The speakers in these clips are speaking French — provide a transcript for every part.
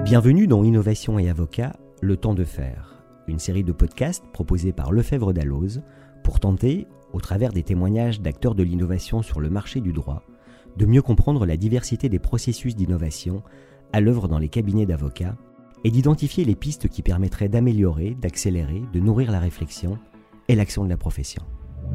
Bienvenue dans Innovation et Avocat, le temps de faire, une série de podcasts proposés par Lefebvre Dalloz pour tenter, au travers des témoignages d'acteurs de l'innovation sur le marché du droit, de mieux comprendre la diversité des processus d'innovation à l'œuvre dans les cabinets d'avocats et d'identifier les pistes qui permettraient d'améliorer, d'accélérer, de nourrir la réflexion et l'action de la profession.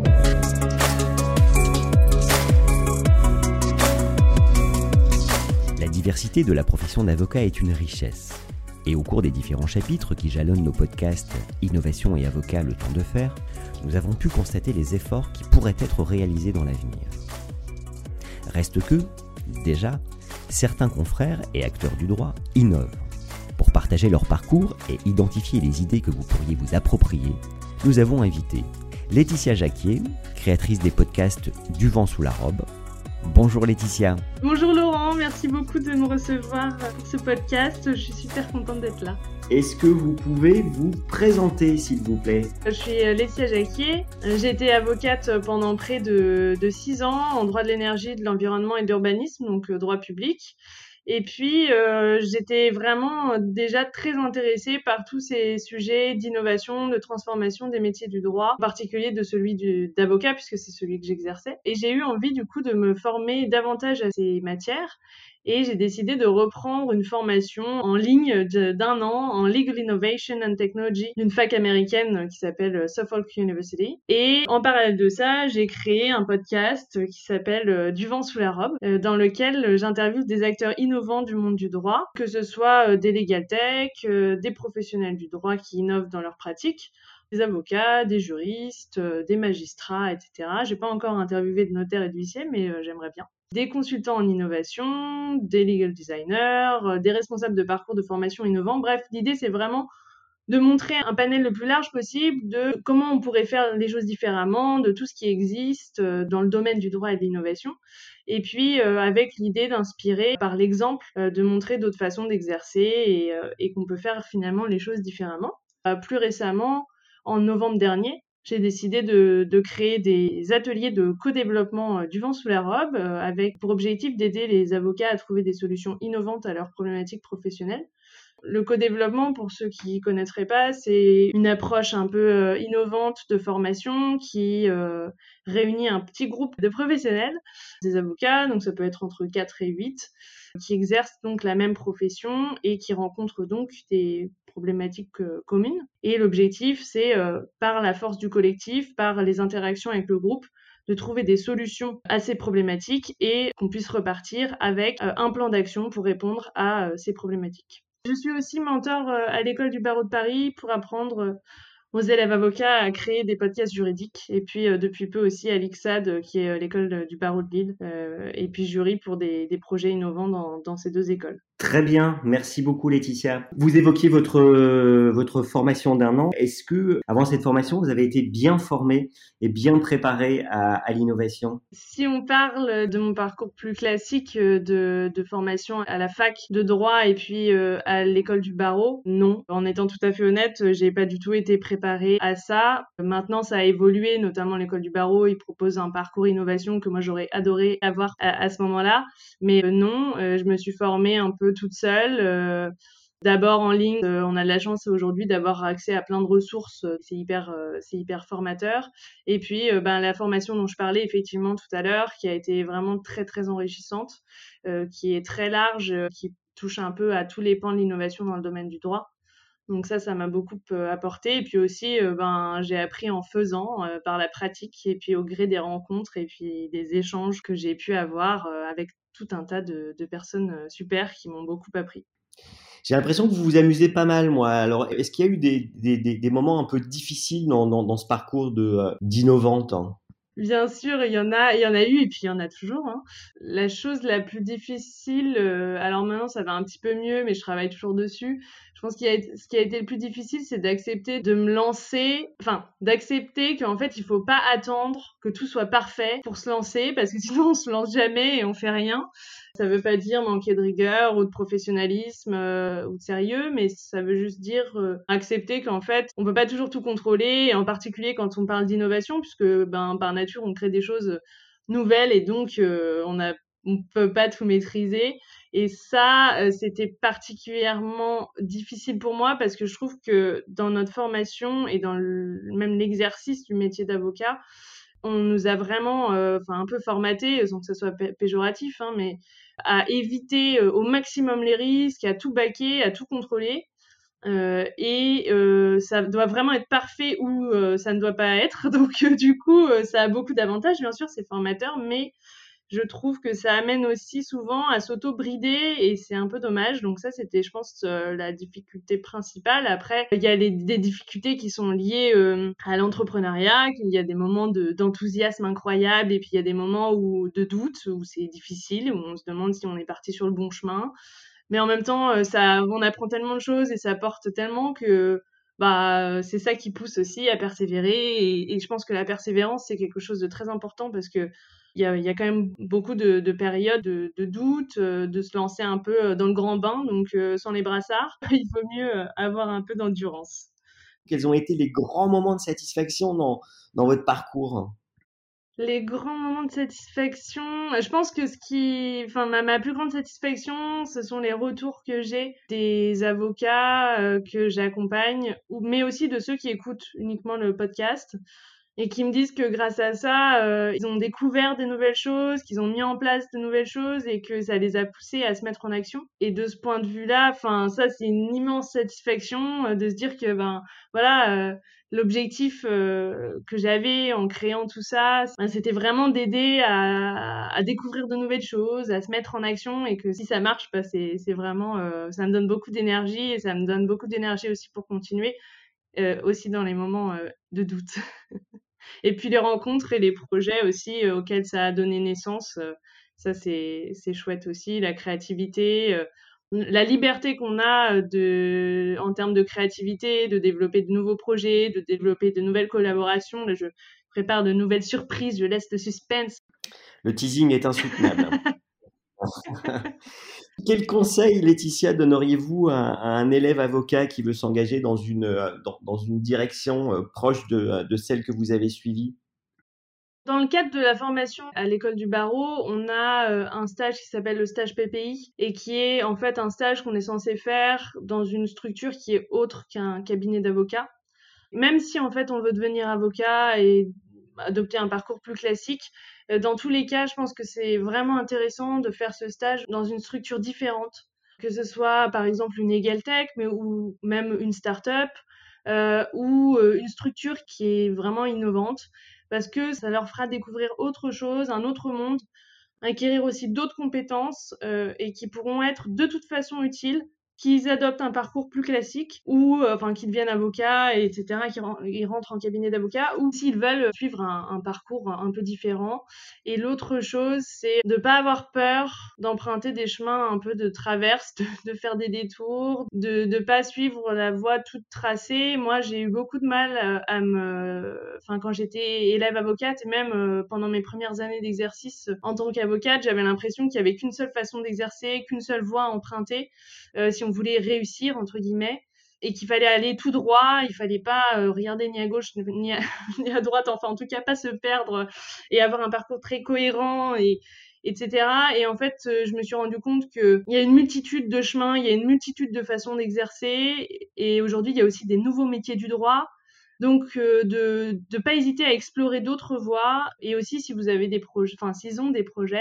La diversité de la profession d'avocat est une richesse. Et au cours des différents chapitres qui jalonnent nos podcasts Innovation et Avocat, le temps de faire, nous avons pu constater les efforts qui pourraient être réalisés dans l'avenir. Reste que, déjà, certains confrères et acteurs du droit innovent. Pour partager leur parcours et identifier les idées que vous pourriez vous approprier, nous avons invité Laetitia Jacquier, créatrice des podcasts Du vent sous la robe. Bonjour Laetitia. Bonjour Laurent, merci beaucoup de me recevoir pour ce podcast. Je suis super contente d'être là. Est-ce que vous pouvez vous présenter, s'il vous plaît ? Je suis Laetitia Jacquier. J'ai été avocate pendant près de 6 ans en droit de l'énergie, de l'environnement et de l'urbanisme, donc droit public. Et puis, j'étais vraiment déjà très intéressée par tous ces sujets d'innovation, de transformation des métiers du droit, en particulier de celui d'avocat, puisque c'est celui que j'exerçais. Et j'ai eu envie, du coup, de me former davantage à ces matières. Et j'ai décidé de reprendre une formation en ligne d'1 an en Legal Innovation and Technology d'une fac américaine qui s'appelle Suffolk University. Et en parallèle de ça, j'ai créé un podcast qui s'appelle Du vent sous la robe, dans lequel j'interviewe des acteurs innovants du monde du droit, que ce soit des legal tech, des professionnels du droit qui innovent dans leur pratique, des avocats, des juristes, des magistrats, etc. J'ai pas encore interviewé de notaires et d'huissiers, mais j'aimerais bien. Des consultants en innovation, des legal designers, des responsables de parcours de formation innovants. Bref, l'idée, c'est vraiment de montrer un panel le plus large possible de comment on pourrait faire les choses différemment, de tout ce qui existe dans le domaine du droit et de l'innovation. Et puis, avec l'idée d'inspirer par l'exemple, de montrer d'autres façons d'exercer et qu'on peut faire finalement les choses différemment. Plus récemment, en novembre dernier, j'ai décidé de créer des ateliers de co-développement du vent sous la robe avec pour objectif d'aider les avocats à trouver des solutions innovantes à leurs problématiques professionnelles. Le co-développement, pour ceux qui connaîtraient pas, c'est une approche un peu innovante de formation qui réunit un petit groupe de professionnels, des avocats, donc ça peut être entre 4 et 8, qui exercent donc la même profession et qui rencontrent donc des problématiques communes. Et l'objectif, c'est par la force du collectif, par les interactions avec le groupe, de trouver des solutions à ces problématiques et qu'on puisse repartir avec un plan d'action pour répondre à ces problématiques. Je suis aussi mentor à l'école du barreau de Paris pour apprendre aux élèves avocats à créer des podcasts juridiques. Et puis, depuis peu aussi à l'ICSAD, qui est l'école du barreau de Lille. Et puis, jury pour des projets innovants dans ces 2 écoles. Très bien, merci beaucoup Laetitia. Vous évoquiez votre formation d'1 an. Est-ce que, avant cette formation, vous avez été bien formé et bien préparé à l'innovation ? Si on parle de mon parcours plus classique de formation à la fac de droit et puis à l'école du barreau, non. En étant tout à fait honnête, j'ai pas du tout été préparée à ça. Maintenant, ça a évolué, notamment l'école du barreau, ils proposent un parcours innovation que moi j'aurais adoré avoir à ce moment-là. Mais non, je me suis formée un peu toute seule. D'abord en ligne, on a de la chance aujourd'hui d'avoir accès à plein de ressources, c'est hyper formateur. Et puis, la formation dont je parlais effectivement tout à l'heure, qui a été vraiment très très enrichissante, qui est très large, qui touche un peu à tous les pans de l'innovation dans le domaine du droit. Donc ça m'a beaucoup apporté. Et puis aussi, j'ai appris en faisant, par la pratique, et puis au gré des rencontres et puis des échanges que j'ai pu avoir avec tout un tas de personnes super qui m'ont beaucoup appris. J'ai l'impression que vous vous amusez pas mal, moi. Alors, est-ce qu'il y a eu des moments un peu difficiles dans ce parcours d'innovante, hein ? Bien sûr, il y en a eu et puis il y en a toujours, hein. La chose la plus difficile, alors maintenant ça va un petit peu mieux, mais je travaille toujours dessus. Je pense ce qui a été le plus difficile, c'est d'accepter de me lancer, d'accepter qu'en fait il faut pas attendre que tout soit parfait pour se lancer, parce que sinon on se lance jamais et on fait rien. Ça veut pas dire manquer de rigueur ou de professionnalisme ou de sérieux, mais ça veut juste dire accepter qu'en fait on peut pas toujours tout contrôler, et en particulier quand on parle d'innovation, puisque par nature on crée des choses nouvelles et donc on peut pas tout maîtriser. Et ça, c'était particulièrement difficile pour moi parce que je trouve que dans notre formation et dans même l'exercice du métier d'avocat, on nous a vraiment, un peu formaté, sans que ça soit péjoratif, hein, mais à éviter au maximum les risques, à tout baquer, à tout contrôler. Ça doit vraiment être parfait ou ça ne doit pas être. Donc, du coup, ça a beaucoup d'avantages, bien sûr, c'est formateur, mais je trouve que ça amène aussi souvent à s'auto-brider et c'est un peu dommage. Donc ça, c'était, je pense, la difficulté principale. Après, il y a des difficultés qui sont liées à l'entrepreneuriat. Il y a des moments d'enthousiasme incroyable et puis il y a des moments de doute, où c'est difficile, où on se demande si on est parti sur le bon chemin. Mais en même temps, on apprend tellement de choses et ça apporte tellement que c'est ça qui pousse aussi à persévérer. Et je pense que la persévérance, c'est quelque chose de très important parce que il y a quand même beaucoup de périodes de doute, de se lancer un peu dans le grand bain. Donc, sans les brassards, il vaut mieux avoir un peu d'endurance. Quels ont été les grands moments de satisfaction dans votre parcours? Les grands moments de satisfaction, je pense que ma plus grande satisfaction, ce sont les retours que j'ai des avocats que j'accompagne, mais aussi de ceux qui écoutent uniquement le podcast et qui me disent que grâce à ça, ils ont découvert des nouvelles choses, qu'ils ont mis en place de nouvelles choses et que ça les a poussés à se mettre en action. Et de ce point de vue-là, ça, c'est une immense satisfaction de se dire que, voilà, l'objectif que j'avais en créant tout ça, c'était vraiment d'aider à découvrir de nouvelles choses, à se mettre en action et que si ça marche, c'est vraiment, ça me donne beaucoup d'énergie et ça me donne beaucoup d'énergie aussi pour continuer, aussi dans les moments de doute. Et puis les rencontres et les projets aussi auxquels ça a donné naissance, ça c'est chouette aussi, la créativité, la liberté qu'on a en termes de créativité, de développer de nouveaux projets, de développer de nouvelles collaborations. Là, je prépare de nouvelles surprises, je laisse le suspense. Le teasing est insoutenable. Quel conseil, Laetitia, donneriez-vous à un élève avocat qui veut s'engager dans une direction proche de celle que vous avez suivie? Dans le cadre de la formation à l'école du barreau, on a un stage qui s'appelle le stage PPI et qui est en fait un stage qu'on est censé faire dans une structure qui est autre qu'un cabinet d'avocats. Même si en fait on veut devenir avocat et adopter un parcours plus classique, dans tous les cas, je pense que c'est vraiment intéressant de faire ce stage dans une structure différente, que ce soit par exemple une EgalTech, ou même une start-up, ou une structure qui est vraiment innovante, parce que ça leur fera découvrir autre chose, un autre monde, acquérir aussi d'autres compétences et qui pourront être de toute façon utiles, qu'ils adoptent un parcours plus classique ou qu'ils deviennent avocats, etc., ils rentrent en cabinet d'avocat ou s'ils veulent suivre un parcours un peu différent. Et l'autre chose, c'est de pas avoir peur d'emprunter des chemins un peu de traverse, de faire des détours, de pas suivre la voie toute tracée. Moi, j'ai eu beaucoup de mal quand j'étais élève avocate et même pendant mes premières années d'exercice en tant qu'avocate, j'avais l'impression qu'il y avait qu'une seule façon d'exercer, qu'une seule voie à emprunter si on voulait réussir entre guillemets et qu'il fallait aller tout droit, il fallait pas regarder ni à gauche ni ni à droite, enfin en tout cas pas se perdre et avoir un parcours très cohérent etc. Et en fait, je me suis rendu compte qu'il y a une multitude de chemins, il y a une multitude de façons d'exercer. Et aujourd'hui, il y a aussi des nouveaux métiers du droit. Donc, de pas hésiter à explorer d'autres voies. Et aussi, si vous avez des projets, s'ils ont des projets,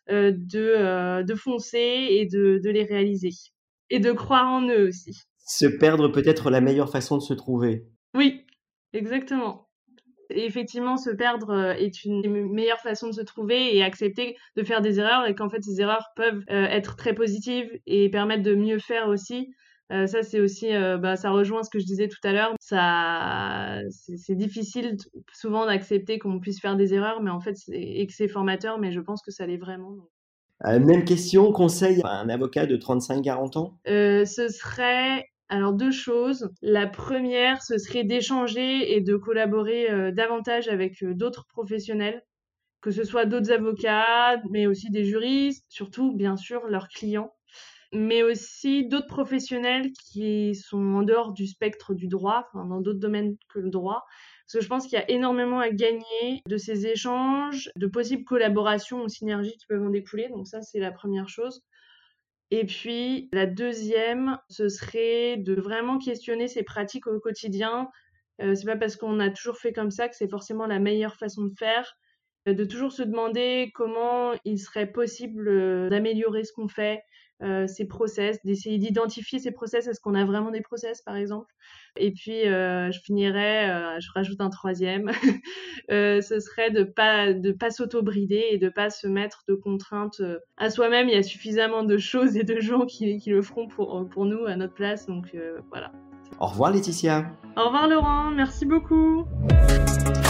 de foncer et de les réaliser. Et de croire en eux aussi. Se perdre peut être la meilleure façon de se trouver. Oui, exactement. Et effectivement, se perdre est une des meilleures façons de se trouver et accepter de faire des erreurs et qu'en fait, ces erreurs peuvent être très positives et permettre de mieux faire aussi. Ça, c'est aussi, ça rejoint ce que je disais tout à l'heure. C'est difficile souvent d'accepter qu'on puisse faire des erreurs, mais en fait, et que c'est formateur, mais je pense que ça l'est vraiment. Même question, conseil à un avocat de 35-40 ans? Ce serait alors 2 choses. La première, ce serait d'échanger et de collaborer davantage avec d'autres professionnels, que ce soit d'autres avocats, mais aussi des juristes, surtout bien sûr leurs clients, mais aussi d'autres professionnels qui sont en dehors du spectre du droit, dans d'autres domaines que le droit. Parce que je pense qu'il y a énormément à gagner de ces échanges, de possibles collaborations ou synergies qui peuvent en découler. Donc ça, c'est la première chose. Et puis la deuxième, ce serait de vraiment questionner ses pratiques au quotidien. C'est pas parce qu'on a toujours fait comme ça que c'est forcément la meilleure façon de faire. De toujours se demander comment il serait possible d'améliorer ce qu'on fait, ses process, d'essayer d'identifier ses process. Est-ce qu'on a vraiment des process, par exemple? Et puis, je finirais, je rajoute un troisième, ce serait de pas s'auto-brider et de pas se mettre de contraintes à soi-même. Il y a suffisamment de choses et de gens qui le feront pour nous à notre place. Donc voilà. Au revoir Laetitia. Au revoir Laurent, merci beaucoup.